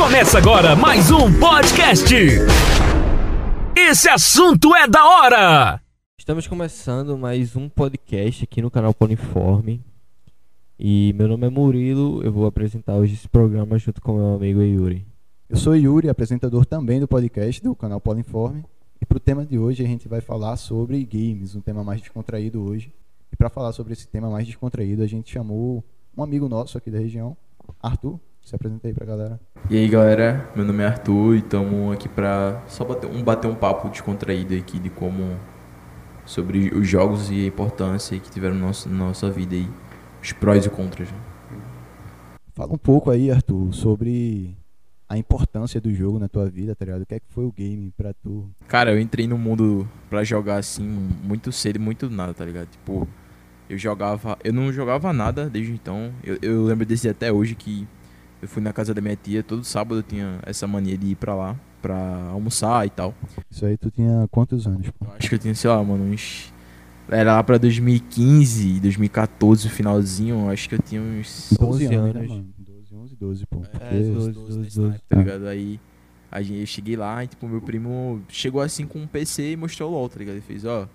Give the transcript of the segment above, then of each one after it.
Começa agora mais um podcast. Esse assunto é da hora. Estamos começando mais um podcast aqui no canal Poliforme. E meu nome é Murilo, eu vou apresentar hoje esse programa junto com meu amigo Yuri. Eu sou Yuri, apresentador também do podcast do canal Poliforme. E para o tema de hoje a gente vai falar sobre games, um tema mais descontraído hoje. E para falar sobre esse tema mais descontraído, a gente chamou um amigo nosso aqui da região, Arthur. Se apresenta aí pra galera. E aí galera, meu nome é Arthur e estamos aqui pra só bater um papo descontraído aqui de como sobre os jogos e a importância que tiveram na nossa vida aí, os prós e contras. Fala um pouco aí, Arthur, sobre a importância do jogo na tua vida, tá ligado? O que é que foi o game pra tu? Cara, eu entrei no mundo pra jogar assim muito cedo e muito nada, tá ligado? Tipo, eu não jogava nada desde então. Eu lembro desse até hoje que eu fui na casa da minha tia, todo sábado eu tinha essa mania de ir pra lá, pra almoçar e tal. Isso aí tu tinha quantos anos, pô? Eu acho que eu tinha, sei lá, mano, era lá pra 2015, 2014, o finalzinho, eu acho que eu tinha uns 12 anos, né, anos. mano? 12, pô. É, 12. Tá ligado? Aí eu cheguei lá e, tipo, meu primo chegou assim com um PC e mostrou o LOL, tá ligado? Ele fez, olha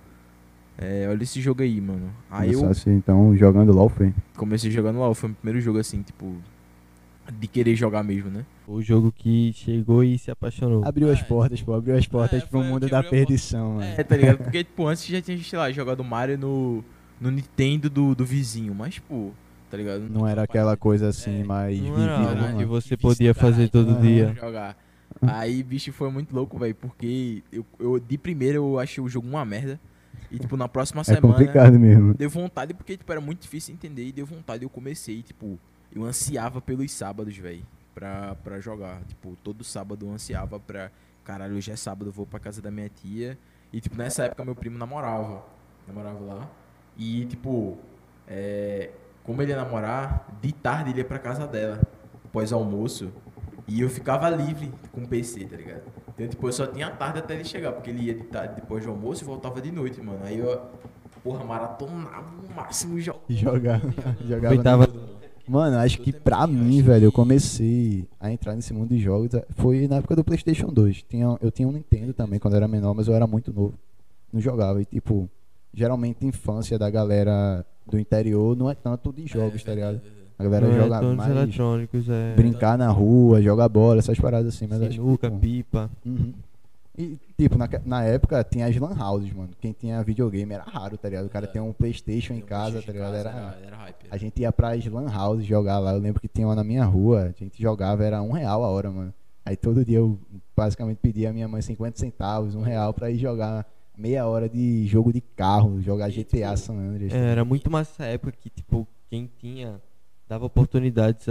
esse jogo aí, mano. Aí eu Assim, então, jogando LOL, foi? comecei jogando LOL, foi o meu primeiro jogo assim, tipo, de querer jogar mesmo, né? O jogo que chegou e se apaixonou. Abriu as portas, pô. Abriu as portas pro foi mundo que da abriu a perdição, mano. É, tá ligado? Porque, tipo, antes já tinha, sei lá, jogado Mario no Nintendo do vizinho, mas, pô, tá ligado? Não era aquela coisa assim, mais Não vivida, era né, algo que mano? você Difícil podia do fazer caralho, todo né? dia. Jogar. Aí, bicho, foi muito louco, velho, porque eu de primeira eu achei o jogo uma merda. E, tipo, na próxima É semana complicado mesmo. deu vontade, porque, tipo, era muito difícil entender. E deu vontade, eu comecei, tipo, eu ansiava pelos sábados, velho, pra jogar. Tipo, todo sábado eu ansiava pra, caralho, hoje é sábado, eu vou pra casa da minha tia. E, tipo, nessa época meu primo namorava lá. E, tipo, como ele ia namorar, de tarde ele ia pra casa dela, após almoço. E eu ficava livre com o PC, tá ligado? Então, tipo, eu só tinha a tarde até ele chegar, porque ele ia de tarde depois do almoço e voltava de noite, mano. Aí eu, maratonava o máximo jogando. Jogava. Aproveitava. Mano, acho que pra mim, velho, eu comecei a entrar nesse mundo de jogos foi na época do PlayStation 2. Eu tinha um Nintendo também quando eu era menor, mas eu era muito novo. Não jogava. E, tipo, geralmente a infância da galera do interior não é tanto de jogos, tá ligado? A galera joga Eletrônicos, mais eletrônicos, brincar na rua, jogar bola, essas paradas assim. Mas acho que, sinuca, tipo, pipa. Uhum. E, tipo, na época tinha as lan houses, mano. Quem tinha videogame era raro, tá ligado? O cara tinha um PlayStation em casa, tá ligado? Era hype. a gente ia pras lan houses jogar lá. Eu lembro que tinha uma na minha rua. A gente jogava, era R$1 a hora, mano. Aí todo dia eu basicamente pedia a minha mãe 50 centavos, R$1 pra ir jogar meia hora de jogo de carro, jogar GTA San Andreas. Era muito mais essa época que, tipo, quem tinha dava oportunidades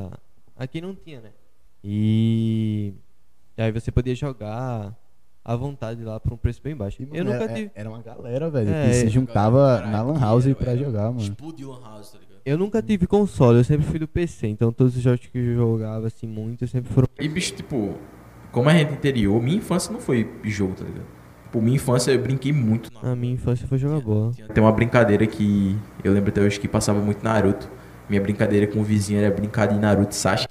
a quem não tinha, né? E aí você podia jogar à vontade lá por um preço bem baixo. E, mano, Eu nunca tive. era uma galera, velho, É, que se juntava Caralho, na lan que house era, pra jogar, mano. Explodiu Lan House, tá ligado? Eu nunca tive console, eu sempre fui do PC, então todos os jogos que eu jogava assim muito sempre foram. E, bicho, tipo, como a gente é interior, minha infância não foi jogo, tá ligado? Tipo, minha infância eu brinquei muito. A minha infância foi jogar bola. Tem uma brincadeira que eu lembro até hoje que passava muito Naruto. Minha brincadeira com o vizinho era brincar de Naruto e Sasuke.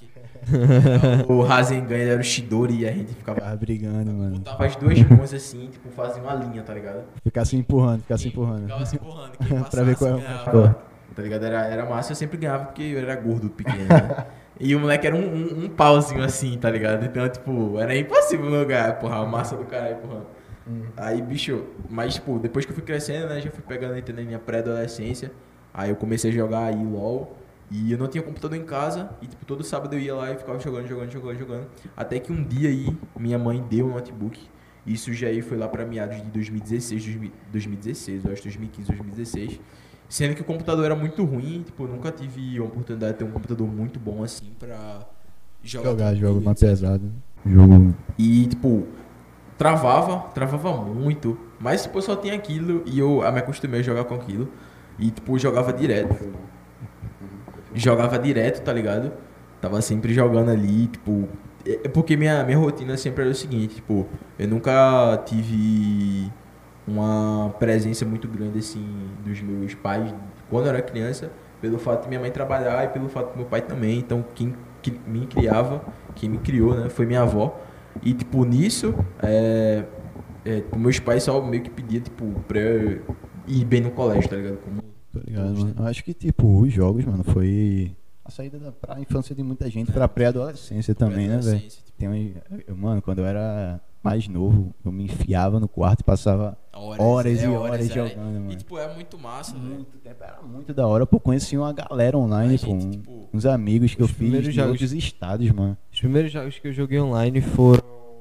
O Rasengan era o Chidori e a gente ficava Ficava brigando, mano. botava as duas mãos assim, tipo, fazia uma linha, tá ligado? Ficar se empurrando. Ficava se empurrando, quem passasse Pra ver qual é o mais ganhava. forte. Tá ligado? Era massa, eu sempre ganhava porque eu era gordo, pequeno, né? E o moleque era um pauzinho assim, tá ligado? Então, tipo, era impossível não ganhar, porra, a massa do cara empurrando. Aí, bicho, mas, tipo, depois que eu fui crescendo, né, já fui pegando na minha pré-adolescência. Aí eu comecei a jogar aí LOL. E eu não tinha computador em casa. E, tipo, todo sábado eu ia lá e ficava jogando. Até que um dia aí, minha mãe deu um notebook. Isso já aí foi lá pra meados de 2016, eu acho, 2015, 2016. Sendo que o computador era muito ruim. Tipo, eu nunca tive a oportunidade de ter um computador muito bom, assim, pra Jogar jogo mais etc. pesado. Jogo. E, tipo, travava muito. Mas, tipo, eu só tinha aquilo e eu me acostumei a jogar com aquilo. E, tipo, jogava direto, tá ligado? Tava sempre jogando ali, tipo... É porque minha rotina sempre era o seguinte, tipo... Eu nunca tive uma presença muito grande, assim, dos meus pais quando eu era criança. pelo fato de minha mãe trabalhar e pelo fato do meu pai também. Então, quem me criava, quem me criou, né, foi minha avó. E, tipo, nisso, tipo, meus pais só meio que pediam, tipo, pra eu ir bem no colégio, tá ligado? Como Tô ligado, mano. Eu acho que, tipo, os jogos, mano, foi a saída pra infância de muita gente, pra pré-adolescência também, né, velho? Mano, quando eu era mais novo, eu me enfiava no quarto e passava horas e horas jogando, mano. E, tipo, é muito massa, velho. Muito tempo, era muito da hora. Pô, conheci uma galera online, pô, uns amigos que eu fiz de outros estados, mano. Os primeiros jogos que eu joguei online foram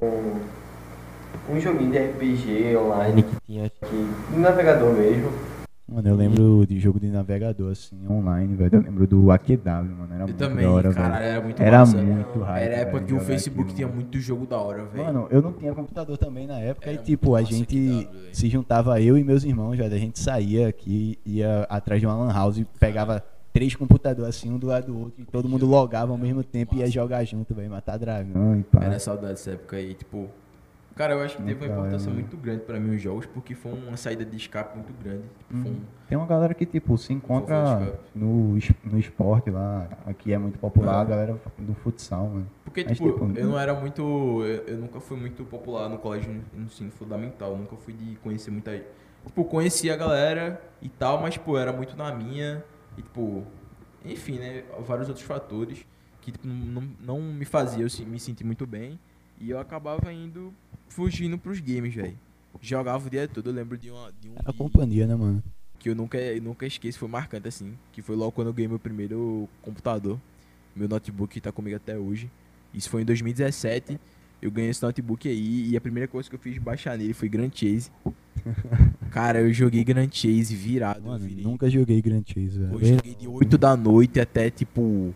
um joguinho de RPG online que tinha aqui no navegador mesmo. Mano, eu lembro de jogo de navegador, assim, online, velho. Eu lembro do AQW, mano. Era muito também, da hora, cara, velho. era muito massa. Muito hype, Era a época velho, que o jogar Facebook aquilo, tinha mano. muito jogo da hora, velho. Mano, eu não tinha computador também na época. Era E, tipo, muito a massa gente AQW, velho. se juntava, eu e meus irmãos, velho. A gente saía aqui, ia atrás de uma lan house e pegava 3 computadores, assim, um do lado do outro. E todo mundo logava ao mesmo tempo e ia jogar junto, velho. Matar dragão e pá. Era saudade dessa época aí, tipo... Cara, eu acho que teve uma Legal, importância mano. muito grande pra mim os jogos, porque foi uma saída de escape muito grande. Tipo, foi um... Tem uma galera que, tipo, se Foi encontra no esporte lá. Aqui é muito popular, a galera do futsal, mano. Porque, Mas, tipo, tipo, eu não era muito... Eu nunca fui muito popular no colégio no ensino fundamental. Eu nunca fui de conhecer muita... Tipo, conhecia a galera e tal, mas, tipo, eu era muito na minha. E, tipo... Enfim, né? Vários outros fatores que, tipo, não me faziam eu me sentir muito bem. E eu acabava indo... Fugindo pros games, velho. Jogava o dia todo. Eu lembro de um a dia companhia, né, mano? que eu nunca esqueço. Foi marcante, assim. Que foi logo quando eu ganhei meu primeiro computador. Meu notebook tá comigo até hoje. Isso foi em 2017. Eu ganhei esse notebook aí. E a primeira coisa que eu fiz baixar nele foi Grand Chase. Cara, eu joguei Grand Chase virado. Mano, nunca joguei Grand Chase, velho. Eu joguei de 8 da noite até, tipo...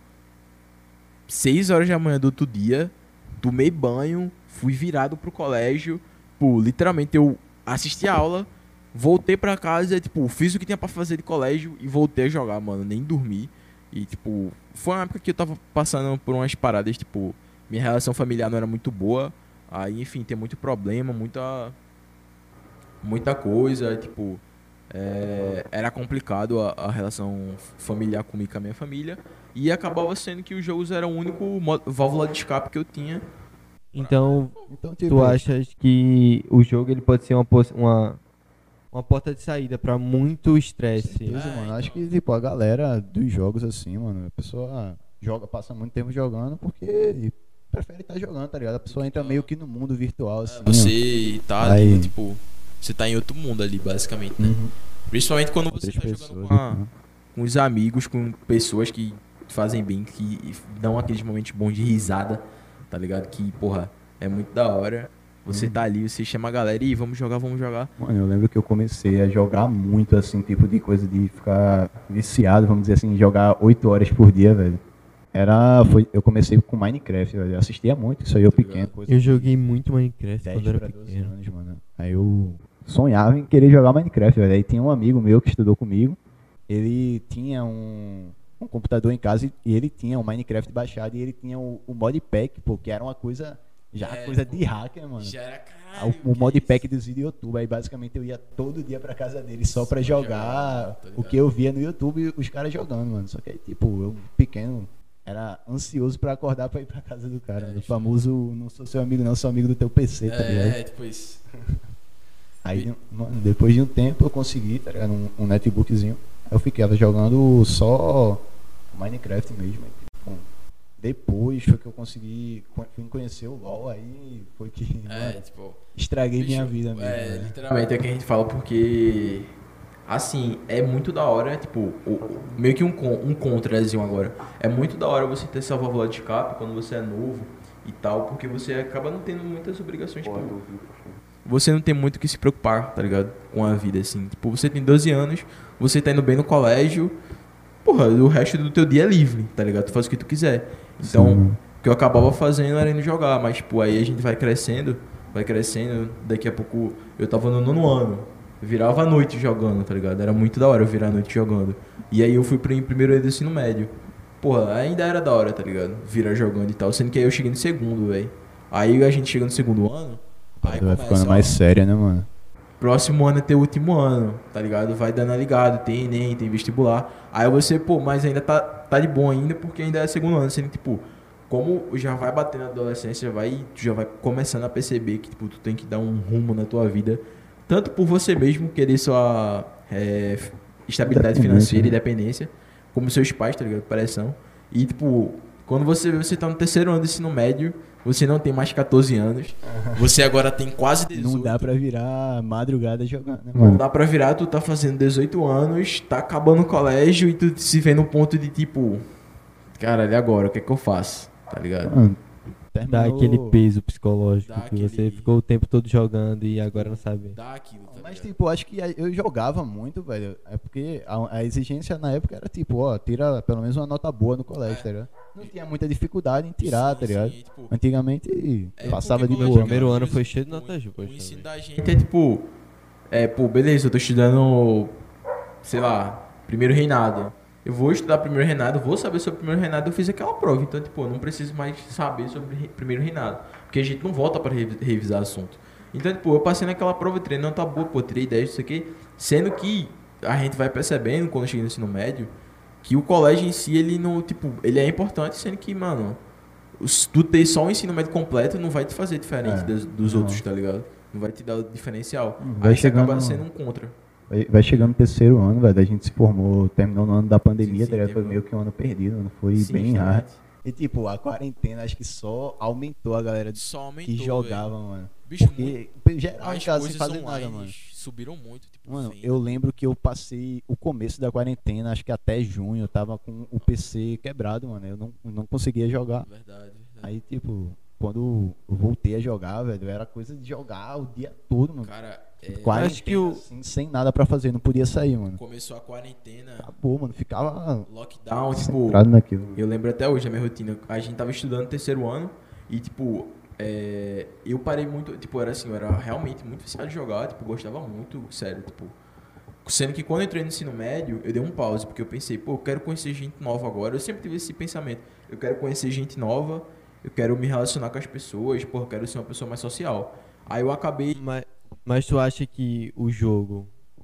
6 horas da manhã do outro dia. Tomei banho, fui virado pro colégio. Pô, literalmente eu assisti a aula, voltei pra casa, tipo, fiz o que tinha pra fazer de colégio e voltei a jogar, mano. Nem dormi. E, tipo, foi uma época que eu tava passando por umas paradas, tipo, minha relação familiar não era muito boa. Aí, enfim, tem muito problema, muita coisa, tipo, era complicado a relação familiar comigo e com a minha família. E acabava sendo que os jogos eram o único válvula de escape que eu tinha. Então, tipo, tu achas que o jogo ele pode ser uma porta de saída pra muito estresse? certeza, mano. Acho que, tipo, a galera dos jogos, assim, mano, a pessoa passa muito tempo jogando porque prefere estar jogando, tá ligado? A pessoa entra meio que no mundo virtual, assim. Você tá Aí. ali, tipo, você tá em outro mundo ali, basicamente, né? Principalmente quando você Outras tá pessoas, jogando com os amigos, com pessoas que fazem bem, que dão aqueles momentos bons de risada, tá ligado? Que, porra, é muito da hora. Você tá ali, você chama a galera e vamos jogar. Mano, eu lembro que eu comecei a jogar muito, assim, tipo de coisa de ficar viciado, vamos dizer assim, jogar 8 horas por dia, velho. Eu comecei com Minecraft, velho. Eu assistia muito, isso aí eu pequeno. Coisa Eu joguei muito Minecraft 10 quando eu pra era 12 pequeno. anos, mano. Aí eu sonhava em querer jogar Minecraft, velho. Aí tinha um amigo meu que estudou comigo. Ele tinha um computador em casa e ele tinha o Minecraft baixado e ele tinha o modpack, pô, que era uma coisa... coisa de hacker, mano. Já era caralho. O modpack dos vídeos do YouTube. Aí basicamente eu ia todo dia pra casa dele só pra jogar o que eu via no YouTube e os caras jogando, mano. Só que aí, tipo, eu pequeno era ansioso pra acordar pra ir pra casa do cara. O famoso, não sou seu amigo não, sou amigo do teu PC, tá ligado? Tipo isso. Aí, mano, depois de um tempo eu consegui, tá ligado? Um netbookzinho. Eu ficava jogando só Minecraft mesmo. Aí, depois foi que eu consegui conhecer o LoL, aí foi que mano, Tipo... estraguei minha vida mesmo. Né? Literalmente é o que a gente fala, porque... Assim, é muito da hora, tipo, meio que um contrazinho agora. É muito da hora você ter essa válvula de escape quando você é novo e tal, porque você acaba não tendo muitas obrigações, tipo... Você não tem muito o que se preocupar, tá ligado? Com a vida, assim. Tipo, você tem 12 anos, você tá indo bem no colégio, porra, o resto do teu dia é livre, tá ligado? Tu faz o que tu quiser. Então, Sim. o que eu acabava fazendo era indo jogar, mas, tipo, aí a gente vai crescendo, daqui a pouco eu tava no 9º ano, virava a noite jogando, tá ligado? Era muito da hora eu virar a noite jogando. E aí eu fui pro primeiro ano do ensino médio. Porra, ainda era da hora, tá ligado? Virar jogando e tal, sendo que aí eu cheguei no 2º, velho. Aí a gente chega no 2º ano, aí Vai ficando mais séria, né, mano? próximo ano é teu último ano, tá ligado? Vai dando a ligada, tem Enem, tem vestibular. Aí você, pô, mas ainda tá de bom ainda, porque ainda é segundo ano, sendo que, tipo, como já vai batendo na adolescência, tu já vai começando a perceber que, tipo, tu tem que dar um rumo na tua vida, tanto por você mesmo querer sua estabilidade financeira e dependência, como seus pais, tá ligado? Pressão. E, tipo, quando você tá no terceiro ano do ensino médio, você não tem mais 14 anos, você agora tem quase 18. Não dá pra virar madrugada jogando, né, Não mano? dá pra virar, tu tá fazendo 18 anos, tá acabando o colégio e tu se vê no ponto de, tipo, caralho, agora, o que é que eu faço? Tá ligado? Mano, Dá aquele peso psicológico Dá que você aquele- ficou o tempo todo jogando e agora não sabe. Dá aquilo, tá Mas, ligado? tipo, acho que eu jogava muito, velho. É porque a exigência na época era, tipo, ó, tira pelo menos uma nota boa no colégio, tá ligado? Não tinha muita dificuldade em tirar, Sim, tá ligado? sim, tipo, Antigamente passava de porque Meu boa. primeiro como ano eu foi digo, cheio de notas o boas ensino também. da gente é tipo, pô, beleza, eu tô estudando, sei lá, primeiro reinado. Eu vou estudar primeiro reinado, vou saber sobre primeiro reinado, eu fiz aquela prova. Então, tipo, eu não preciso mais saber sobre primeiro reinado. Porque a gente não volta pra revisar assunto. Então, tipo, eu passei naquela prova, eu treinei, não tá boa, pô, tirei 10, isso aqui. Sendo que a gente vai percebendo, quando chega no ensino médio, que o colégio em si, ele não, tipo, ele é importante, sendo que, mano, tu ter só o ensino médio completo não vai te fazer diferente dos não. outros, tá ligado? Não vai te dar o diferencial. Vai Aí você acaba chegando- sendo um contra. Vai chegando no terceiro ano, velho. A gente se formou, terminou no ano da pandemia, Sim, tá ligado? Foi terminou. meio que um ano perdido, mano. Foi Sim, bem justamente. raro. E, tipo, a quarentena acho que só aumentou a galera Só aumentou, que jogava, mano. Bicho, Porque geral em as casa sem coisas fazer online nada, mano. subiram muito. Tipo, Mano, venda. eu lembro que eu passei o começo da quarentena, acho que até junho, eu tava com o PC quebrado, mano. Eu não conseguia jogar. Verdade. Aí, tipo, quando eu voltei a jogar, velho, era coisa de jogar o dia todo, mano. Cara, Quarentena, acho que o- assim, sem nada pra fazer, não podia sair, mano. começou a quarentena, Acabou, mano. Ficava lockdown, tipo, centrado naquilo. eu lembro até hoje a minha rotina. A gente tava estudando no terceiro ano e, tipo, eu parei muito, tipo, era assim, eu era realmente muito viciado de jogar, tipo, gostava muito, sério, tipo. Sendo que quando eu entrei no ensino médio, eu dei um pause, porque eu pensei, pô, eu quero conhecer gente nova agora. Eu sempre tive esse pensamento, eu quero conhecer gente nova, eu quero me relacionar com as pessoas, pô, eu quero ser uma pessoa mais social. Aí eu acabei. Mas tu acha que o jogo,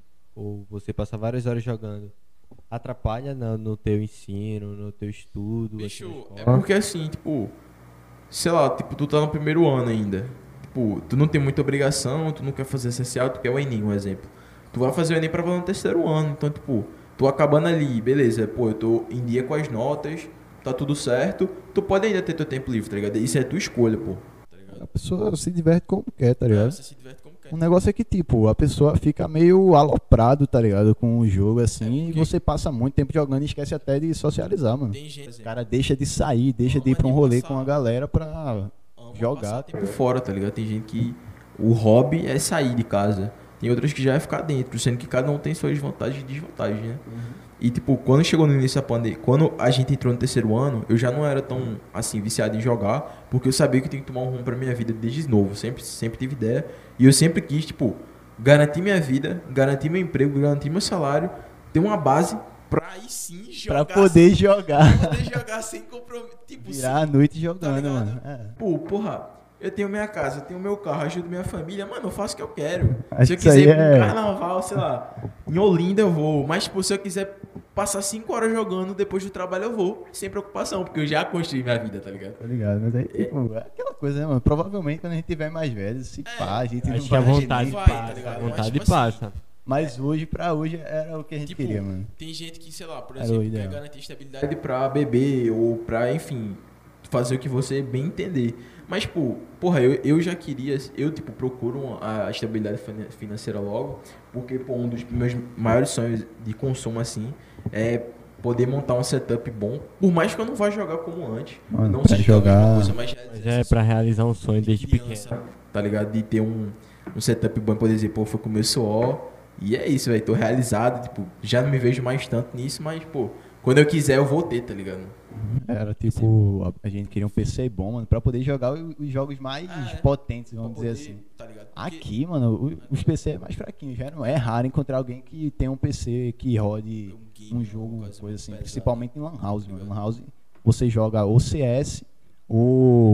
ou você passar várias horas jogando, atrapalha no teu ensino, no teu estudo? Bicho, assim, na é escola? porque assim, tipo, sei lá, tipo, tu tá no primeiro ano ainda. Tipo, tu não tem muita obrigação, tu não quer fazer essencial, tu quer o Enem, um exemplo. Tu vai fazer o Enem pra valer no terceiro ano, então, tipo, tu acabando ali, beleza, pô, eu tô em dia com as notas, tá tudo certo, tu pode ainda ter teu tempo livre, tá ligado? Isso é tua escolha, pô. Tá ligado? A pessoa se diverte como quer, tá ligado? Você se diverte como quer. O negócio é que, tipo, a pessoa fica meio aloprado, tá ligado? Com o jogo, assim, e porque- você passa muito tempo jogando e esquece até de socializar, mano. Tem gente, O cara deixa de sair, deixa de ir pra um rolê com a galera pra ama jogar, passar tá tempo ligado? fora, tá ligado? Tem gente que o hobby é sair de casa. Tem outras que já é ficar dentro, sendo que cada um tem suas vantagens e desvantagens, né? E tipo, quando chegou no início da pandemia, quando a gente entrou no terceiro ano, eu já não era tão assim viciado em jogar, porque eu sabia que eu tinha que tomar um rumo pra minha vida desde novo, sempre tive ideia, e eu sempre quis, tipo, garantir minha vida, garantir meu emprego, garantir meu salário, ter uma base pra aí sim jogar. Pra poder jogar. Pra poder jogar sem compromisso, tipo, Virar a noite jogando, ligado? mano. É. Pô, porra, eu tenho minha casa, eu tenho meu carro, ajudo minha família, mano, eu faço o que eu quero. Acho Se eu que isso quiser ir aí pra um é- carnaval, sei lá, em Olinda eu vou. Mas, tipo, se eu quiser passar 5 horas jogando depois do trabalho, eu vou. Sem preocupação, porque eu já construí minha vida, tá ligado? Tá ligado? Mas aí, tipo, é aquela coisa, né, mano? Provavelmente quando a gente tiver mais velho, se pá, a gente não Acho que a vai vontade nem vai, pá, tá ligado? A Mas, vontade tipo assim, passa. Mas hoje, pra hoje, era o que a gente Tipo, queria, mano. tem gente que, sei lá, por Era exemplo, o quer ideal. garantir estabilidade pra beber ou pra, enfim, fazer o que você bem entender. Mas, tipo, porra, eu já queria, eu, tipo, procuro a estabilidade financeira logo, porque, pô, um dos meus maiores sonhos de consumo, assim, é poder montar um setup bom, por mais que eu não vá jogar como antes. Mano, não pra seja a mesma jogar- coisa, mas Mas é pra realizar um sonho desde criança, pequeno. tá ligado? De ter um setup bom e poder dizer, pô, foi com o meu suor. E é isso, velho. Tô realizado, tipo, já não me vejo mais tanto nisso, mas, pô, quando eu quiser eu vou ter, tá ligado? Era tipo, a gente queria um PC bom, mano, pra poder jogar os jogos mais potentes, vamos Pra dizer poder, assim. Tá ligado? Porque- Aqui, mano, os PC é mais fraquinhos, já não é raro encontrar alguém que tem um PC que rode game, um jogo, coisa coisa assim, pesada. principalmente em Lan House, mano. Lan House você joga ou CS ou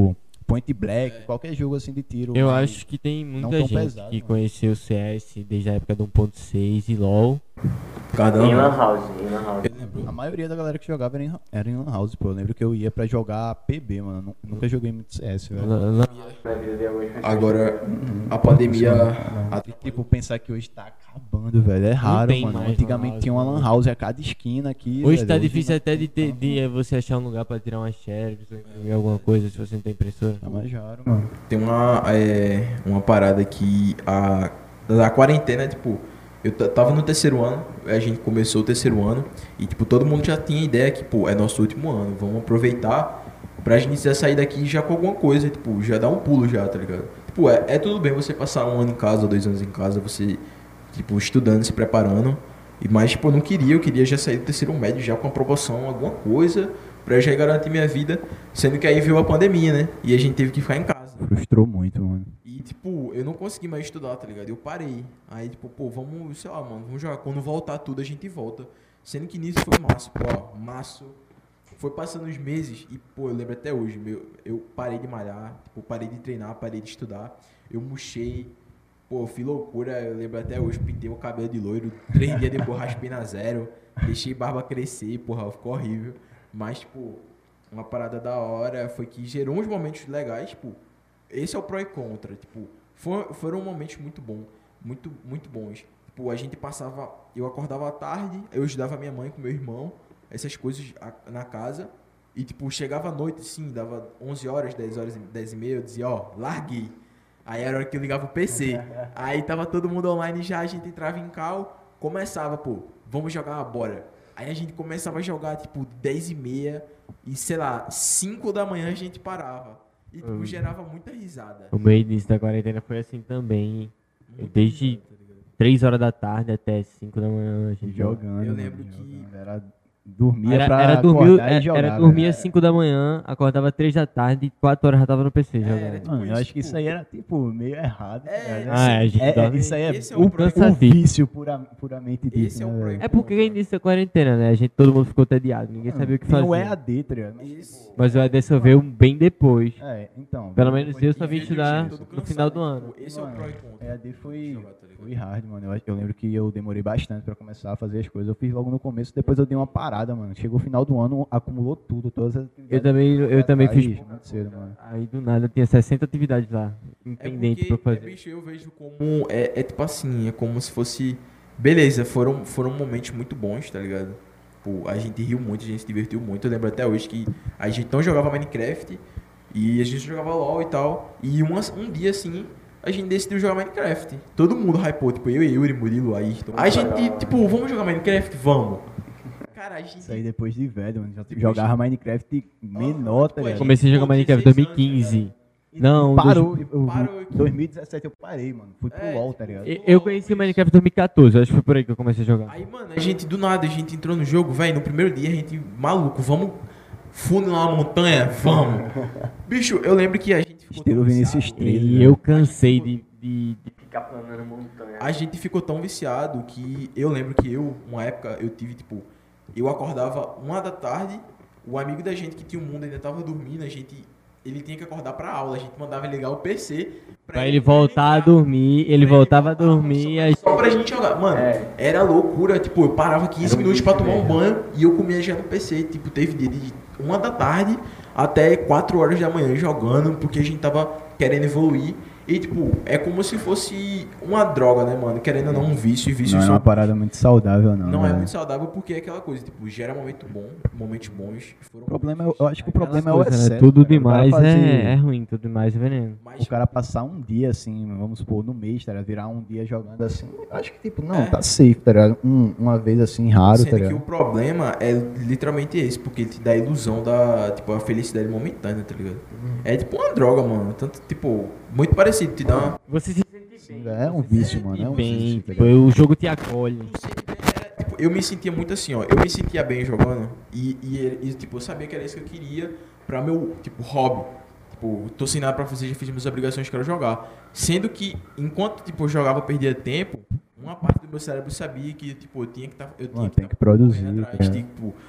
Point Black, qualquer jogo assim de tiro. Eu mais- acho que tem não muita tão gente pesado, que mano. conheceu o CS desde a época do 1.6 e LoL. Cardão. Em Lan House, em Lan House. A maioria da galera que jogava era em Lan House, pô. Eu lembro que eu ia pra jogar PB, mano. Nunca joguei muito CS, velho. Na vida de algumas pessoas. Agora, a pandemia. Tipo, pensar que hoje tá acabando, velho. É raro, tem mano. mais lan Antigamente house, tinha uma mano. Lan House a cada esquina aqui. Hoje velho. tá difícil até de você achar um lugar pra tirar uma xerox ou imprimir alguma coisa se você não tem impressora. Tá mais raro, mano. Tem uma parada que da quarentena, tipo, tava no terceiro ano, a gente começou o terceiro ano e, tipo, todo mundo já tinha ideia que, pô, é nosso último ano, vamos aproveitar pra gente já sair daqui já com alguma coisa, tipo, já dar um pulo já, tá ligado? Tipo, é tudo bem você passar 1 ano em casa, 2 anos em casa, você, tipo, estudando, se preparando, mas, tipo, eu queria já sair do terceiro médio já com a aprovação, alguma coisa, pra já garantir minha vida, sendo que aí veio a pandemia, né? E a gente teve que ficar em casa. Frustrou muito, mano. E, tipo, eu não consegui mais estudar, tá ligado? Eu parei. Aí, tipo, pô, vamos, sei lá, mano, vamos jogar. Quando voltar tudo, a gente volta. Sendo que nisso foi março, pô, ó, março. Foi passando os meses e, pô, eu lembro até hoje, eu parei de malhar, tipo, parei de treinar, parei de estudar. Eu murchei, pô, fiz loucura, eu lembro até hoje, pintei o cabelo de loiro, 3 dias depois raspei na zero, deixei barba crescer, porra, ficou horrível. Mas, tipo, uma parada da hora foi que gerou uns momentos legais, tipo, esse é o pró e contra, tipo, foram momentos muito bons, muito bons. Tipo, a gente passava, eu acordava à tarde, eu ajudava minha mãe com meu irmão, essas coisas na casa, e tipo, chegava à noite, sim, dava 11 horas, 10 e meia, eu dizia, ó, larguei. Aí era a hora que eu ligava o PC, aí tava todo mundo online já, a gente entrava em call, começava, pô, vamos jogar, bora. Aí a gente começava a jogar, tipo, 10 e meia, e sei lá, 5 da manhã a gente parava. E, tipo, gerava muita risada. O meu início da quarentena foi assim também. Desde 3 horas da tarde até 5 da manhã a gente Jogando. Eu mano, lembro que- jogando. Era dormia Era, pra era, acordar e jogar, era dormir velho. às 5 da manhã, acordava 3 da tarde e 4 horas já tava no PC jogando. era tipo Mano, eu isso, acho que isso tipo, aí era, tipo, meio errado. É, cara, né? Ah, a gente dorme- Isso aí é Esse é o, o o cansativo. vício puramente dito, Esse é o né, pro- velho? É porque é início da quarentena, né? Todo mundo ficou tediado, ninguém sabia o que Tem fazer. o EAD, tá ligado? Mas, Esse- Mas o AD só veio bem depois. então. Pelo menos depois eu que só vim veio estudar disso. no final do ano. Esse é o pró e contra. EAD foi Jogar, tá ligado? hard, mano. Eu lembro que eu demorei bastante pra começar a fazer as coisas. Eu fiz logo no começo, depois eu dei uma parada, mano. Chegou o final do ano, acumulou tudo, todas as atividades. Eu também Aí, fiz. muito cedo, mano. Aí do nada tinha 60 atividades lá, independente pra eu fazer. bicho, eu vejo como... É tipo assim, é como se fosse... Beleza, foram momentos muito bons, tá ligado? Pô, a gente riu muito, a gente se divertiu muito. Eu lembro até hoje que a gente não jogava Minecraft e a gente jogava LoL e tal. E um dia, assim, a gente decidiu jogar Minecraft. Todo mundo hypou, tipo, eu, Yuri, Murilo, Ayrton. A gente, tipo, vamos jogar Minecraft? Vamos. Cara, a gente... Isso aí depois de velho, mano. Já Depois jogava Minecraft menor, tá tipo, ligado? Comecei a jogar Minecraft em 2015. Não, Parou. Parou aqui. 2017 eu parei, mano. Fui pro É, LoL, tá ligado? Eu conheci o Minecraft em 2014, acho que foi por aí que eu comecei a jogar. Aí, mano, a gente, do nada, a gente entrou no jogo, velho, no primeiro dia a gente, maluco, vamos funilar uma montanha? Vamos. Bicho, eu lembro que a gente ficou Estilo tão Vinícius viciado. 13, E né? eu cansei de Ficar planando montanha. A gente ficou tão viciado que eu lembro que uma época, eu tive, tipo, eu acordava 1 da tarde, o amigo da gente que tinha o mundo ainda tava dormindo, ele tinha que acordar pra aula, a gente mandava ligar o PC Pra ele voltar a dormir, ele voltava a dormir, aí só pra gente jogar. Mano, era loucura, tipo, eu parava 15 minutos pra tomar um banho e eu comia já no PC, tipo, teve dia de 1 da tarde até 4 horas da manhã jogando, porque a gente tava querendo evoluir. E, tipo, é como se fosse uma droga, né, mano? Querendo ou não, um vício. E vício Não é só uma parada muito saudável, não. não é velho. muito saudável porque é aquela coisa, tipo, gera momentos bons. Foram O problema, momentos eu acho que o problema é o coisa, né? excesso. Tudo cara. O cara demais fazer- é ruim, tudo demais é veneno. Mas, O cara passar um dia assim, vamos supor, no mês, tá ligado? Virar um dia jogando assim. Eu acho que, tipo, não, É. tá safe, tá ligado? Uma vez assim, raro, tá sendo que ligado? o problema é literalmente esse, porque ele te dá a ilusão da, tipo, a felicidade momentânea, tá ligado? É tipo uma droga, mano. Tanto, tipo, muito parecido, te dá uma... Você se sente Sim, velho, é um vício, mano. É um bem, vício, tá tipo, ligado? o jogo te acolhe. Tipo, eu me sentia muito assim, ó. Eu me sentia bem jogando e, tipo, eu sabia que era isso que eu queria pra meu, tipo, hobby. Tipo, tô sem nada pra fazer, já fiz minhas obrigações, quero jogar. Sendo que, enquanto, tipo, eu jogava, perdia tempo, uma parte do meu cérebro sabia que, tipo, eu tinha que Mano, tem que produzir, correndo atrás, cara. tipo,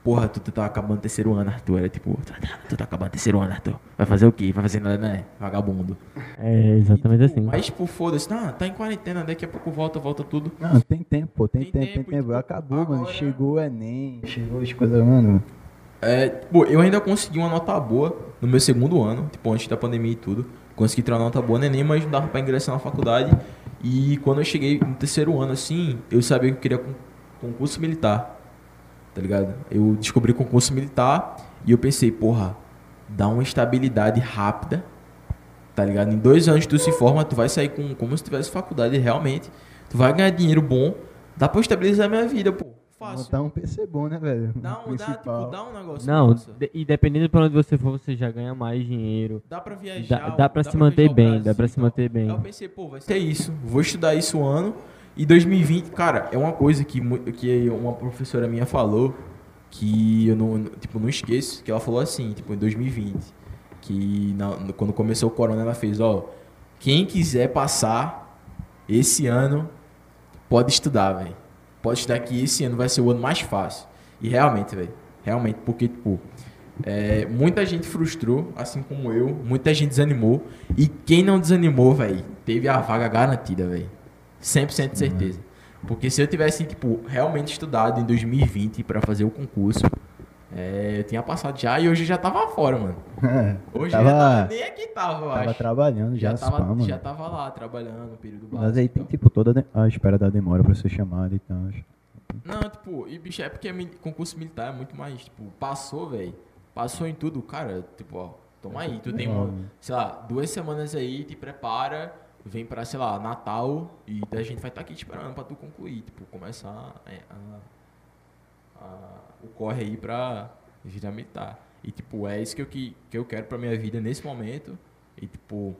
porra, tu tá acabando o terceiro ano, Arthur. Era tipo, tu tá acabando o terceiro ano, Arthur. Vai fazer o quê? Vai fazer nada, né? Vagabundo. É exatamente assim. Mas, tipo, foda-se, tá em quarentena, daqui a pouco volta tudo. Não, tem tempo, pô, tem Tem tempo, tem tempo, tempo. tipo, Acabou, mano. agora- Chegou o Enem, chegou as coisas, mano. Pô, eu ainda consegui uma nota boa no meu segundo ano, tipo, antes da pandemia e tudo. Consegui tirar uma nota boa no Enem, mas não dava pra ingressar na faculdade. E quando eu cheguei no terceiro ano, assim, eu sabia que eu queria concurso militar, tá ligado? Eu descobri concurso militar e eu pensei, porra, dá uma estabilidade rápida, tá ligado? Em 2 anos tu se forma, tu vai sair como se tivesse faculdade realmente. Tu vai ganhar dinheiro bom, dá pra eu estabilizar minha vida, pô. Fácil. Montar um PC bom, né, velho? Dá um negócio Não, massa. e dependendo pra onde você for, você já ganha mais dinheiro. Dá pra viajar. Dá pra se viajar manter ao bem, Brasil dá pra e se tal. manter bem. Aí eu pensei, pô, vai ser isso. Vou estudar isso um ano. E 2020, cara, é uma coisa que uma professora minha falou que eu não esqueço. Que ela falou assim, tipo, em 2020. Que quando começou o corona, ela fez, ó. Quem quiser passar esse ano, pode estudar, velho. Pode estudar que esse ano vai ser o ano mais fácil. E realmente, velho. Realmente, porque, tipo, muita gente frustrou, assim como eu. Muita gente desanimou. E quem não desanimou, velho, teve a vaga garantida, velho. 100% de certeza. Porque se eu tivesse, tipo, realmente estudado em 2020 pra fazer o concurso, eu tinha passado já e hoje eu já tava fora, mano. Hoje eu já tava, nem aqui tava, eu acho. Tava trabalhando já, mano. Já tava lá, trabalhando no período básico. Mas aí tem, tipo, toda a espera da demora pra ser chamado e tal. Não, tipo, e bicho, é porque concurso militar é muito mais, tipo, passou, velho. Passou em tudo, cara, tipo, ó, toma aí, tu tem sei lá, 2 semanas aí, te prepara, vem pra, sei lá, Natal e a gente vai estar aqui te esperando pra tu concluir, tipo, começar o corre aí pra virar militar. E, tipo, é isso que eu quero pra minha vida nesse momento. E, tipo,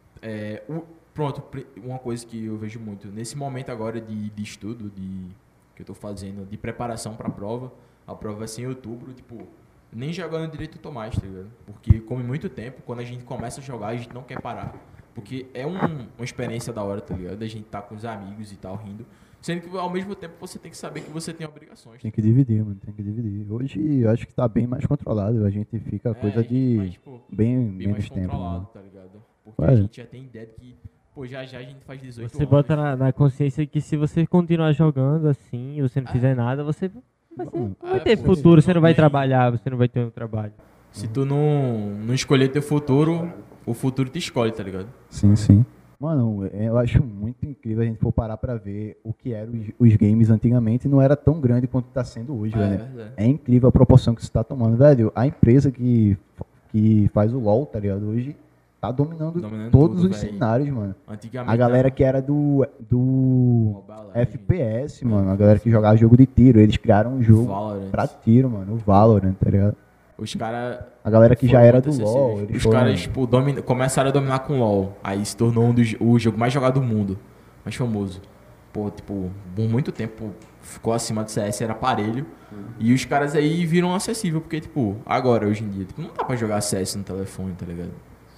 pronto, uma coisa que eu vejo muito, nesse momento agora de estudo, que eu tô fazendo, de preparação pra prova, a prova vai ser em outubro, tipo, nem jogando direito eu tô mais, tá ligado? Porque come muito tempo, quando a gente começa a jogar, a gente não quer parar. Porque é uma experiência da hora, tá ligado? A gente tá com os amigos e tal, rindo. Sendo que ao mesmo tempo você tem que saber que você tem obrigações. Tem que dividir, mano, tem que dividir. Hoje eu acho que tá bem mais controlado, a gente fica coisa de mas, tipo, bem mais menos tempo, controlado, mano. tá ligado? Porque Ué. a gente já tem ideia de que, pô, já a gente faz 18 Você anos. bota na consciência que se você continuar jogando assim e você não fizer nada, você vai ter pô, futuro, você não vai tem- trabalhar, você não vai ter um trabalho. Se tu não escolher teu futuro, o futuro te escolhe, tá ligado? Sim, sim. Mano, eu acho muito incrível a gente for parar pra ver o que eram os games antigamente e não era tão grande quanto tá sendo hoje, velho. verdade. É incrível a proporção que isso tá tomando, velho. A empresa que faz o LoL, tá ligado? Hoje tá dominando todos tudo, os velho. cenários, mano. Antigamente A galera era que era do Mobile Legends, FPS, mano, a galera que jogava jogo de tiro, eles criaram um jogo Valorant. pra tiro, mano, o Valorant, tá ligado? Os caras. A galera que já foram era muito do LoL, acessíveis. eles Os foram... caras, tipo, começaram a dominar com LoL. Aí se tornou o jogo mais jogado do mundo. Mais famoso. Pô, tipo, por muito tempo ficou acima do CS, era aparelho. E os caras aí viram acessível, porque, tipo, agora, hoje em dia, tipo, não dá pra jogar CS no telefone, tá ligado?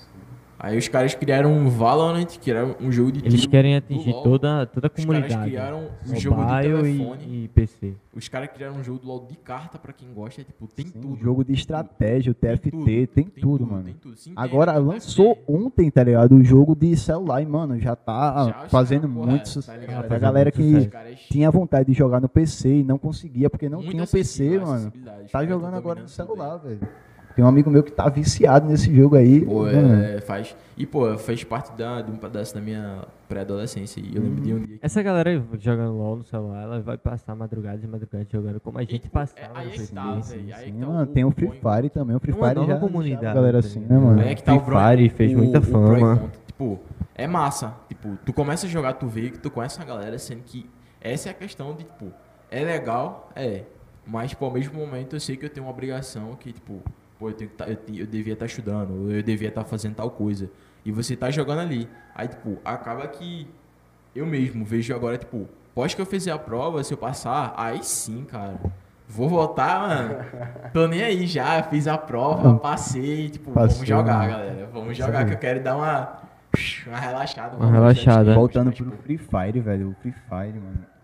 Aí os caras criaram um Valorant, que era um jogo de tiro. Eles querem do atingir LoL. toda a Os caras comunidade. criaram um jogo de Mobile telefone. e PC. Os caras criaram um jogo do LoL de carta pra quem gosta, tipo, tem Sim, tudo. jogo de estratégia, o TFT, tem tudo, mano. Tem tudo. Se Agora entende, lançou TFT. ontem, tá ligado? O jogo de celular e, mano, já tá Já, fazendo porra, muito tá sucesso. ligado? A Fazendo galera muito que sucesso. Os caras- tinha vontade de jogar no PC e não conseguia porque não muito tinha um PC, acessível, mano. acessibilidade. Os Tá caras jogando tão agora no dominando tudo celular, velho. Tem um amigo meu que tá viciado nesse jogo aí. Pô, mano. faz. E, pô, fez parte de um pedaço da minha pré-adolescência. E eu lembro de um dia que. Essa galera aí jogando LOL no celular, ela vai passar madrugadas e madrugadas jogando como a gente passava. aí no é que PC. tá, Sim, velho. Aí sim, que tá mano, o tem o Free bom Fire também. O Free Uma Fire nova já comunidade, a galera tá assim, né, ligado? mano? Aí é que tá Free o Bro- Fire fez muita pro e fama. contra. Tipo, é massa. Tipo, tu começa a jogar, tu vê que tu conhece a galera, sendo que essa é a questão de, tipo, é legal, mas, tipo, ao mesmo momento eu sei que eu tenho uma obrigação que, tipo, pô, eu devia estar estudando, ou eu devia estar fazendo tal coisa. E você tá jogando ali. Aí, tipo, acaba que eu mesmo vejo agora, tipo, pós que eu fizer a prova, se eu passar, aí sim, cara. Vou voltar, mano. Tô nem aí já, fiz a prova, passei, tipo, Passou, vamos jogar, mano. galera. Vamos jogar, que eu quero dar uma relaxada. Uma relaxada. Voltando pro Free Fire, velho. O Free Fire, mano.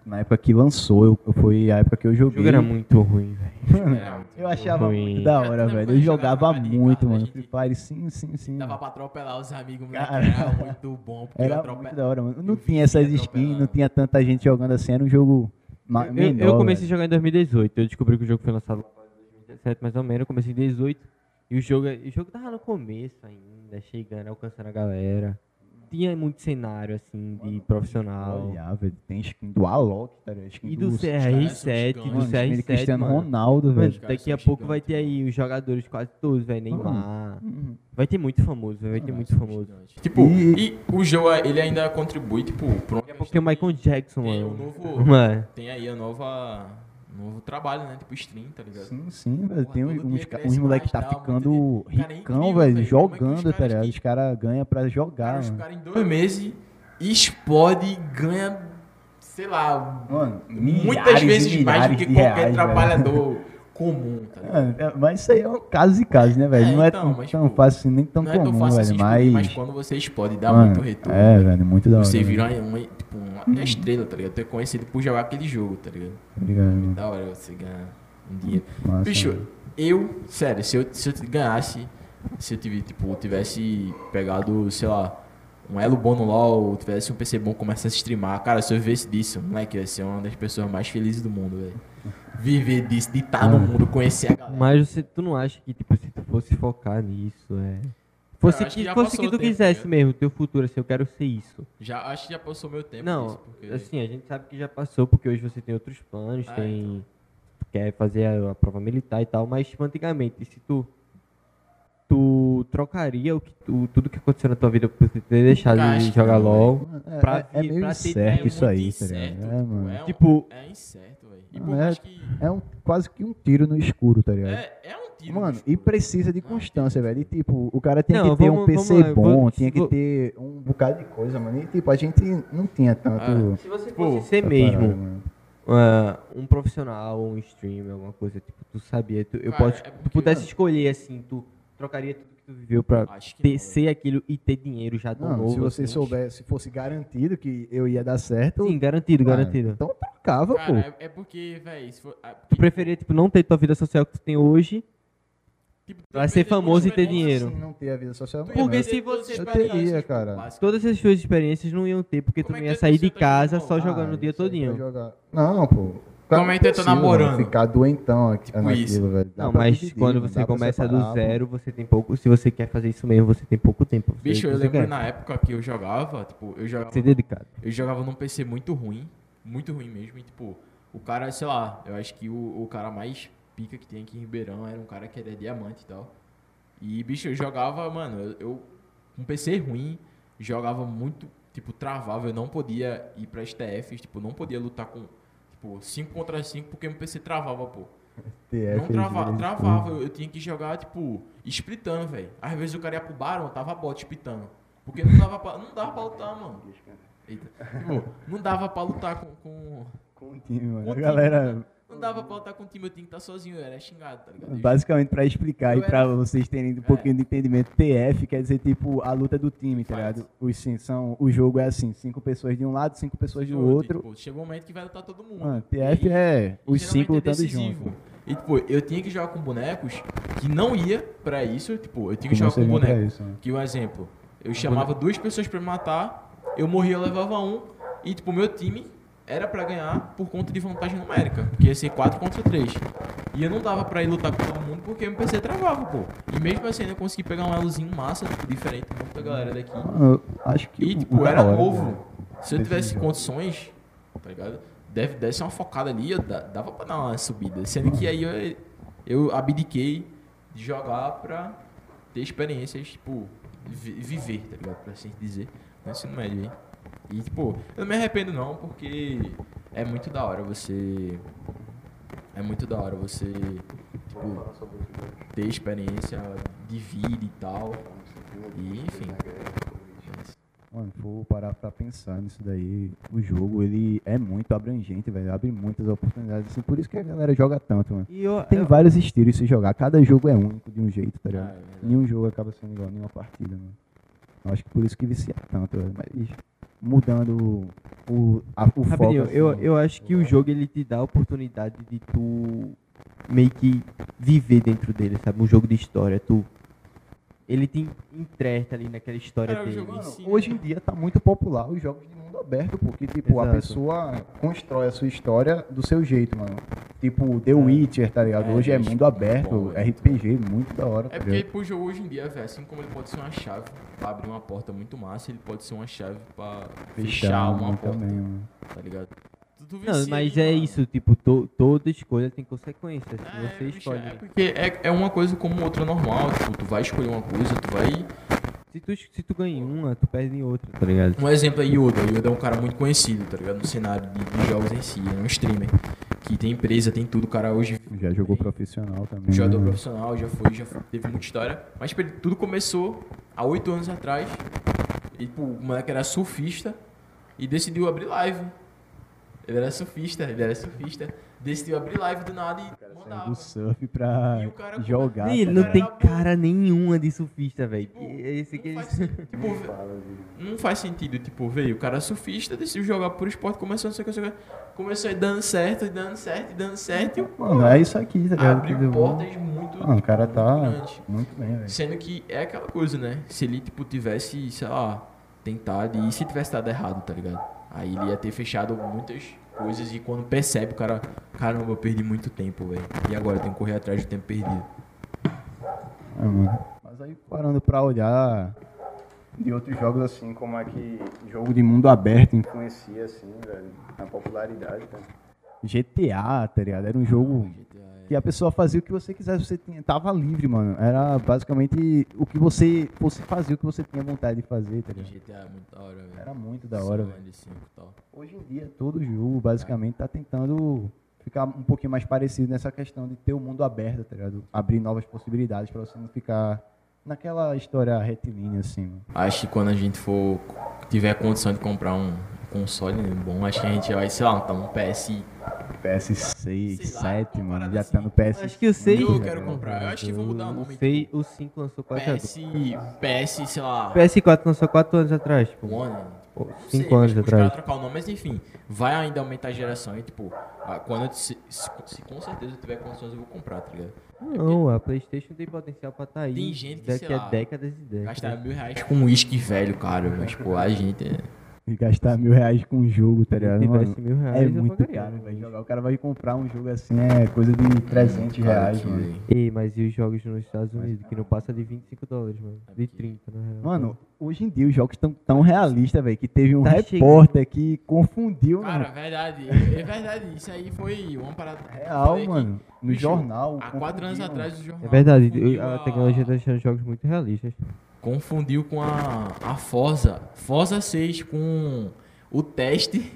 na época que lançou, foi a época que eu O joguei. jogo era muito ruim, velho. Mano, Era muito eu achava ruim. muito da hora, Cara, tu velho. lembra Eu quando jogava jogava muito, de mano. carro, Free Fire, sim. Dava pra atropelar os amigos, moleque. Cara. Era muito bom. Porque eu Era atrope- muito da hora, mano. Não eu tinha essas vivia skins, não atropelando. tinha tanta gente jogando assim. Era um jogo menor. Eu comecei a velho. jogar em 2018. Eu descobri que o jogo foi lançado em 2017, mais ou menos. Eu comecei em 2018. E o jogo tava no começo ainda, chegando, alcançando a galera. Tinha muito cenário, assim, de profissional. Olha, velho, tem skin do Alok, tá ligado? Skin E do do CR7, caras do são mano, skin de CR7, Cristiano mano. Ronaldo, Mano, velho. Os caras daqui a são pouco vai gigantes, ter aí os jogadores quase todos, velho. Neymar. Uhum. Vai ter muito famoso, vai ter muito famoso. Tipo, E- e o jogo, ele ainda contribui, tipo, pra uma Daqui a pouco tem o Michael Jackson, Tem mano. o novo... Mano. Tem aí novo trabalho, né? Tipo, stream, tá ligado? Sim, velho. Porra, Tem todo uns, dia uns cresce moleques que tá mais, tal, ficando muito de- Cara, é ricão, incrível, velho, velho. Como é que os jogando, tá caras ligado? que- Os caras ganham pra jogar, Cara, os mano. caras em 2 meses explode e ganha, sei lá, Mano, muitas vezes mais do que de qualquer reais, velho. trabalhador comum, tá ligado? Mas isso aí é um caso e caso, né, velho? É, Não é então, tão, mas, tão pô, fácil assim, nem tão Não é tão comum, fácil velho. assim explodir, mas Mas, quando você explode, dá mano, muito retorno. é, velho, muito da hora. Você vira velho. tipo, uma estrela, tá ligado? Tu é conhecido por jogar aquele jogo, tá ligado? Obrigado, mano. Da hora você ganhar um dinheiro. Massa, Bicho, velho. sério, se eu ganhasse, se eu tivesse pegado, sei lá, um elo bom no LoL, tivesse um PC bom, começasse a streamar, cara, se eu vivesse disso, moleque, eu ia ser uma das pessoas mais felizes do mundo, velho. Viver disso, de estar no mundo, conhecer a galera. Mas tu não acha que, tipo, se tu fosse focar nisso, Fosse acho que já fosse passou que o tu tempo, quisesse né? mesmo, teu futuro, assim, eu quero ser isso. Acho que já passou meu tempo Não, disso, porque... assim, a gente sabe que já passou, porque hoje você tem outros planos, Então. tu quer fazer a prova militar e tal, mas tipo, antigamente, se tu trocaria tudo que aconteceu na tua vida por tu ter deixado Cara, de acho que jogar não, LOL, É meio pra ter incerto tempo isso aí, muito tá ligado? incerto, É, mano. Tipo- É incerto, velho. E Não, por mais que... Quase que um tiro no escuro, tá ligado? É um tiro. Mano, no e escuro. precisa de constância, velho. E tipo, o cara tinha Não, que ter um vamos PC lá, bom, tinha que vou- ter um bocado de coisa, mano. E tipo, a gente não tinha tanto. se você Pô, fosse ser essa mesmo parada, mano. um profissional, um streamer, alguma coisa, tipo, tu sabia, Cara, é tu porque- pudesse escolher, assim, tu trocaria tudo que tu viveu pra Acho que não, ser aquilo e ter dinheiro já tão Não, novo. se você assim. soubesse, se fosse garantido que eu ia dar certo. Sim, garantido, mano, garantido. Então trocava, pô. Cara, é porque, velho, se for... Tu preferia, tipo, não ter tua vida social que tu tem hoje, tipo, pra ser famoso e ter dinheiro. Assim, não ter a vida social. Porque mano, se você- eu teria, cara. Todas essas suas experiências não iam ter, porque tu Como é não que ia tu- sair você de tá casa jogando só LOL? jogando o dia isso aí todinho. pra jogar. Não, pô. Como é que tu tá Impossível, namorando? mano, ficar doentão aqui Tipo naquilo, isso. velho. Dá Não, pra mas dividir, quando mano, você dá pra começa separar, do pô. zero, você tem pouco. Se você quer fazer isso mesmo, você tem pouco tempo. Você- Bicho, eu você lembro quer na época que eu jogava, tipo, ser dedicado. eu jogava num PC muito ruim mesmo, e tipo, o cara, sei lá, eu acho que o cara mais pica que tem aqui em Ribeirão era um cara que era diamante e tal. E, bicho, eu jogava, mano, eu um PC ruim, jogava muito, tipo, travava, eu não podia ir pra STFs, tipo, não podia lutar com, tipo, 5 contra 5 porque meu PC travava, pô. TF, Não travava, eles- travava. Eu tinha que jogar, tipo, splitando, velho. Às vezes o cara ia pro Baron, tava bot splitando. Porque não dava pra lutar, mano. Eita. Tipo, não dava pra lutar com... Com o time, mano. Com o A time, galera, Não dava pra lutar com o time, eu tinha que estar sozinho, eu era xingado, tá ligado? basicamente pra explicar Eu e pra era- vocês terem um pouquinho de entendimento, TF quer dizer, tipo, a luta do time, tá Fight. ligado? O jogo é assim, 5 pessoas de um lado, 5 pessoas do outro. Tipo, chega um momento que vai lutar todo mundo. Mano, TF é os E 5 geralmente é lutando decisivo. junto. E, tipo, eu tinha que jogar com bonecos que não ia pra isso, tipo, eu tinha que Que jogar não com serviam pra boneco. isso, né? Que um exemplo, eu chamava 2 pessoas pra me matar, eu morria, eu levava um, e tipo, meu time era pra ganhar por conta de vantagem numérica, porque ia ser 4 contra 3. E eu não dava pra ir lutar com todo mundo porque meu PC travava, pô. E mesmo assim eu consegui pegar um elozinho massa, tipo, diferente de muita galera daqui. Mano, eu acho que. E o tipo, da era hora, novo. mano, Se eu desse tivesse jogo. condições, tá ligado? Deve ser uma focada ali, dava pra dar uma subida. Sendo que aí eu abdiquei de jogar pra ter experiências, tipo, viver, tá ligado? Pra assim dizer, no ensino médio aí. E, tipo, eu não me arrependo não, porque é muito da hora você... É muito da hora você, tipo, ter experiência de vida e tal. E, enfim. Mano, se for parar pra pensar nisso daí, o jogo, ele é muito abrangente, velho. Abre muitas oportunidades, assim. Por isso que a galera joga tanto, mano. E eu, Tem vários estilos de se jogar. Cada jogo é único de um jeito, tá ligado? Ah, é verdade. Nenhum jogo acaba sendo igual a nenhuma partida, mano. Eu acho que por isso que vicia tanto, velho. Mas mudando o Rapidinho, foco. eu acho que o jogo ele te dá a oportunidade de tu meio que viver dentro dele, sabe? Um jogo de história, ele te entreta ali naquela história Cara, o dele. jogo em si, Hoje em dia tá muito popular os jogos de mundo aberto, porque tipo, a Exato. pessoa constrói a sua história do seu jeito, mano. Tipo, The Witcher, tá ligado? Hoje é mundo aberto, bom, velho. RPG, muito da hora. É tá porque ligado? pro jogo hoje em dia, velho, assim como ele pode ser uma chave pra abrir uma porta muito massa, ele pode ser uma chave pra fechar uma muito porta, também, mano. tá ligado? Tu Não, vicia mas aí, é mano. isso, tipo, toda escolha tem consequências. Se você bicho, escolhe. é porque é uma coisa como outra normal, tipo, tu vai escolher uma coisa, tu vai... Se tu ganha em uma, tu perde em outra, tá ligado? Um exemplo é Yoda. Yoda é um cara muito conhecido, tá ligado? No cenário de jogos em si, é um streamer que tem empresa, tem tudo, o cara hoje... Já jogou profissional também. Jogador né? profissional, já teve muita história. Mas tipo, tudo começou há 8 anos atrás. E, tipo, o moleque era surfista e decidiu abrir live. Ele era surfista. Decidiu abrir live do nada e mandava. Do surf pra E o cara- jogar. Ele tá não ligado? tem era bom. cara nenhuma de surfista, velho. Esse que Não faz, tipo, não faz sentido, tipo, veio o cara surfista, decidiu jogar por esporte, começou não sei o que, começou a ir dando certo, e Mano, é isso aqui, tá ligado? abriu Que portas muito, Mano, o cara muito tá grandes. muito bem, velho. Sendo que é aquela coisa, né? Se ele, tipo, tivesse, sei lá, tentado e se tivesse dado errado, tá ligado? Aí ele ia ter fechado muitas coisas e quando percebe, o cara, caramba, eu perdi muito tempo, velho. E agora eu tenho que correr atrás do tempo perdido. É, mano. Mas aí parando pra olhar de outros jogos assim, como é que jogo de mundo aberto influencia assim, velho, na popularidade, tá? GTA, tá ligado? Era um jogo que a pessoa fazia o que você quisesse, tava livre, mano. Era basicamente o que você fazia o que você tinha vontade de fazer, tá ligado? GTA é muito da hora, velho. Era muito da hora, velho. Online 5 e tal. Hoje em dia, todo jogo, basicamente, tá tentando ficar um pouquinho mais parecido nessa questão de ter o mundo aberto, tá ligado? Abrir novas possibilidades pra você não ficar naquela história retilínea, assim, mano. Acho que quando a gente tiver condição de comprar um console bom, acho que a gente vai, sei lá, um PS. PS6, Sei lá, 7, uma mano, parada já assim. tá no PS. Acho que o 6. Eu quero comprar. Eu acho que vão mudar o nome. O 5 lançou 4 anos. PS, sei lá. PS4 lançou 4 anos atrás, tipo. One. 5 anos atrás. Trocar o nome, mas enfim, vai ainda aumentar a geração e tipo, quando eu, se com certeza eu tiver condições eu vou comprar, tá ligado? Não, a PlayStation tem potencial pra tá aí. Tem gente que, daqui sei a lá, décadas e décadas. Gastar R$1.000 com um uísque velho, cara, mas pô, a gente E gastar R$1.000 com um jogo, tá ligado? Se Mano, tivesse R$1.000, é eu muito pagaria, caro, né? velho. Jogar, o cara vai comprar um jogo assim, é coisa de R$300, cara, aqui, mano. velho. Ei, mas e os jogos nos Estados Unidos, que não passa de $25, mano. De 30, na real. Mano, hoje em dia os jogos estão tão realistas, velho, que teve um Tá repórter que confundiu, Cara, mano. verdade, é verdade, isso aí foi uma parada Real, falei aqui. mano. No Bicho, jornal. Há 4 anos confundiu, atrás o jornal É verdade, confundiu a tecnologia tá deixando jogos muito realistas. confundiu com a Forza 6 com o teste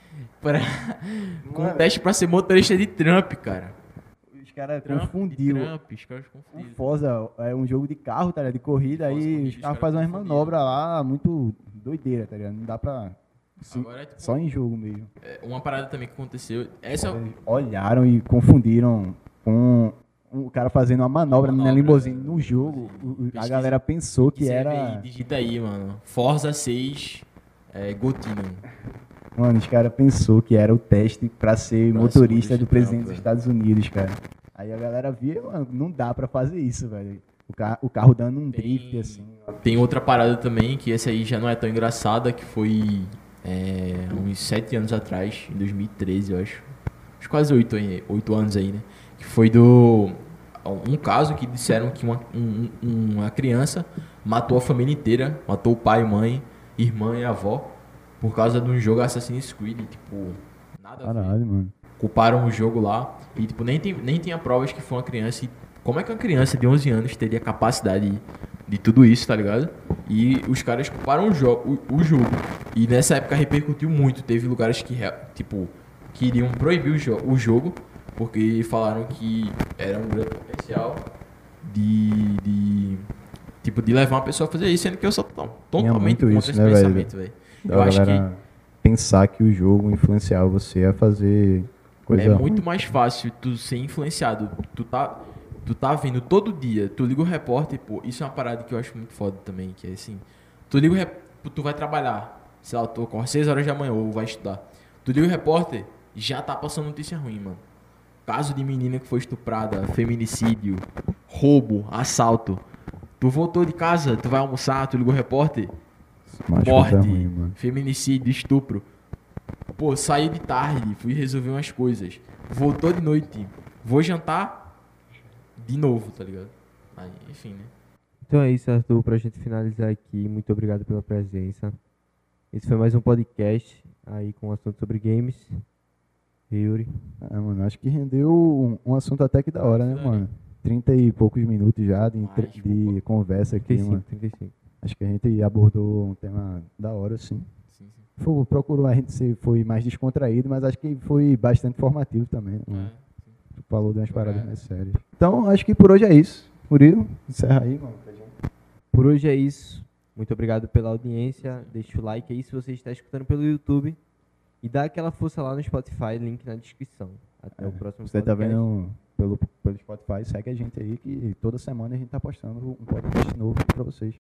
com o teste pra ser motorista de Trump, cara. Os caras Trump, confundiu. os caras O confundiram. Forza é um jogo de carro, tá ligado? De corrida, Forza aí corrida, os os caras caras fazem umas confundiram. manobras lá muito doideira, tá ligado? Não dá pra. Sim, Agora, tipo, só em jogo mesmo. uma parada também que aconteceu. Essa Eles olharam e confundiram com o cara fazendo uma manobra na Manobra, limousine no jogo. A pesquisa. galera pensou que você vê aí, era. digita aí, mano. Forza 6 Gotinan. Mano, os caras pensou que era o teste pra ser Pra motorista ser do motorista presidente de dos Trump, Estados Unidos, cara. Aí a galera via, mano, não dá pra fazer isso, velho. O carro dando um drift assim. Tem outra parada também, que essa aí já não é tão engraçada, que foi uns 7 anos atrás, em 2013, eu acho. Uns quase 8 anos aí, né? Que foi um caso que disseram que uma criança matou a família inteira, matou o pai, mãe, irmã e avó, por causa de um jogo Assassin's Creed, tipo, nada a ver. Caralho, mano. Culparam o jogo lá e tipo, nem tinha provas que foi uma criança. E como é que uma criança de 11 anos teria capacidade de tudo isso, tá ligado? E os caras culparam o jogo. E nessa época repercutiu muito. Teve lugares que, tipo, queriam proibir o jogo porque falaram que era um grande potencial de levar uma pessoa a fazer isso, sendo que eu sou totalmente muito contra isso, esse né, velho? pensamento, velho. Da Eu acho que galera pensar que o jogo influenciava você a fazer coisa é ruim. muito mais fácil tu ser influenciado. Tu tá vendo todo dia, tu liga o repórter, pô, isso é uma parada que eu acho muito foda também, que é assim, tu vai trabalhar, sei lá, tu acorda 6 horas da manhã ou vai estudar. Tu liga o repórter, já tá passando notícia ruim, mano. Caso de menina que foi estuprada, feminicídio, roubo, assalto. Tu voltou de casa, tu vai almoçar, tu liga o repórter, Mas morte, é ruim, mano. feminicídio, estupro. Pô, saí de tarde, fui resolver umas coisas. Voltou de noite, vou jantar de novo, tá ligado? Aí, enfim, né? Então é isso, Arthur, pra gente finalizar aqui. Muito obrigado pela presença. Esse foi mais um podcast aí com um assunto sobre games. Yuri. Mano, acho que rendeu um assunto até que da hora, né, mano? 30 e poucos minutos já de conversa aqui, 35, mano. 35. Acho que a gente abordou um tema da hora, sim. Sim, sim. Procurou a gente foi mais descontraído, mas acho que foi bastante formativo também, né, mano? Falou de umas paradas mais sérias. Então, acho que por hoje é isso. Murilo, encerra aí, mano, pra gente. Por hoje é isso. Muito obrigado pela audiência. Deixa o like aí se você está escutando pelo YouTube. E dá aquela força lá no Spotify, link na descrição. Até o próximo Você tá podcast. vendo pelo Spotify, segue a gente aí que toda semana a gente tá postando um podcast novo pra vocês.